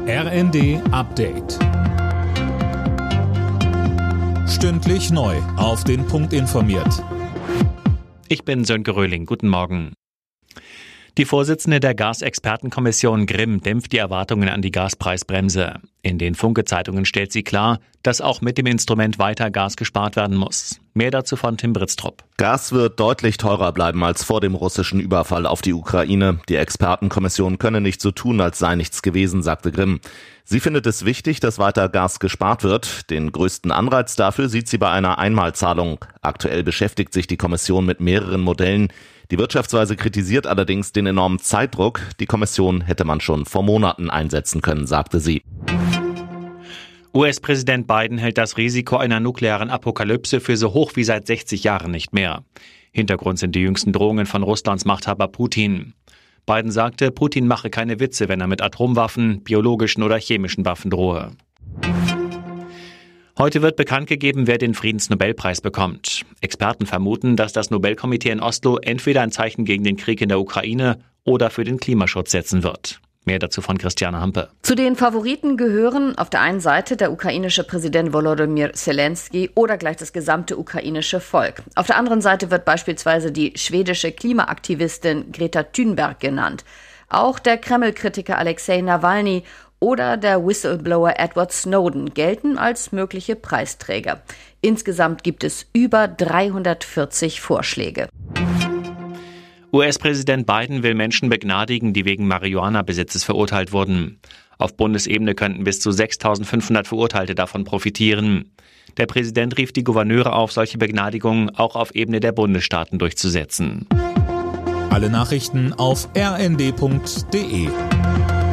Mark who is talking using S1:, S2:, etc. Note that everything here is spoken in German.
S1: RND Update. Stündlich neu auf den Punkt informiert.
S2: Ich bin Sönke Röhling. Guten Morgen. Die Vorsitzende der Gasexpertenkommission Grimm dämpft die Erwartungen an die Gaspreisbremse. In den Funke-Zeitungen stellt sie klar, dass auch mit dem Instrument weiter Gas gespart werden muss. Mehr dazu von Tim Britztrup.
S3: Gas wird deutlich teurer bleiben als vor dem russischen Überfall auf die Ukraine. Die Expertenkommission könne nicht so tun, als sei nichts gewesen, sagte Grimm. Sie findet es wichtig, dass weiter Gas gespart wird. Den größten Anreiz dafür sieht sie bei einer Einmalzahlung. Aktuell beschäftigt sich die Kommission mit mehreren Modellen. Die Wirtschaftsweise kritisiert allerdings den enormen Zeitdruck. Die Kommission hätte man schon vor Monaten einsetzen können, sagte sie.
S2: US-Präsident Biden hält das Risiko einer nuklearen Apokalypse für so hoch wie seit 60 Jahren nicht mehr. Hintergrund sind die jüngsten Drohungen von Russlands Machthaber Putin. Biden sagte, Putin mache keine Witze, wenn er mit Atomwaffen, biologischen oder chemischen Waffen drohe. Heute wird bekannt gegeben, wer den Friedensnobelpreis bekommt. Experten vermuten, dass das Nobelkomitee in Oslo entweder ein Zeichen gegen den Krieg in der Ukraine oder für den Klimaschutz setzen wird. Mehr dazu von Christiane Hampe.
S4: Zu den Favoriten gehören auf der einen Seite der ukrainische Präsident Volodymyr Zelensky oder gleich das gesamte ukrainische Volk. Auf der anderen Seite wird beispielsweise die schwedische Klimaaktivistin Greta Thunberg genannt. Auch der Kreml-Kritiker Alexei Nawalny oder der Whistleblower Edward Snowden gelten als mögliche Preisträger. Insgesamt gibt es über 340 Vorschläge.
S2: US-Präsident Biden will Menschen begnadigen, die wegen Marihuana-Besitzes verurteilt wurden. Auf Bundesebene könnten bis zu 6.500 Verurteilte davon profitieren. Der Präsident rief die Gouverneure auf, solche Begnadigungen auch auf Ebene der Bundesstaaten durchzusetzen.
S1: Alle Nachrichten auf rnd.de.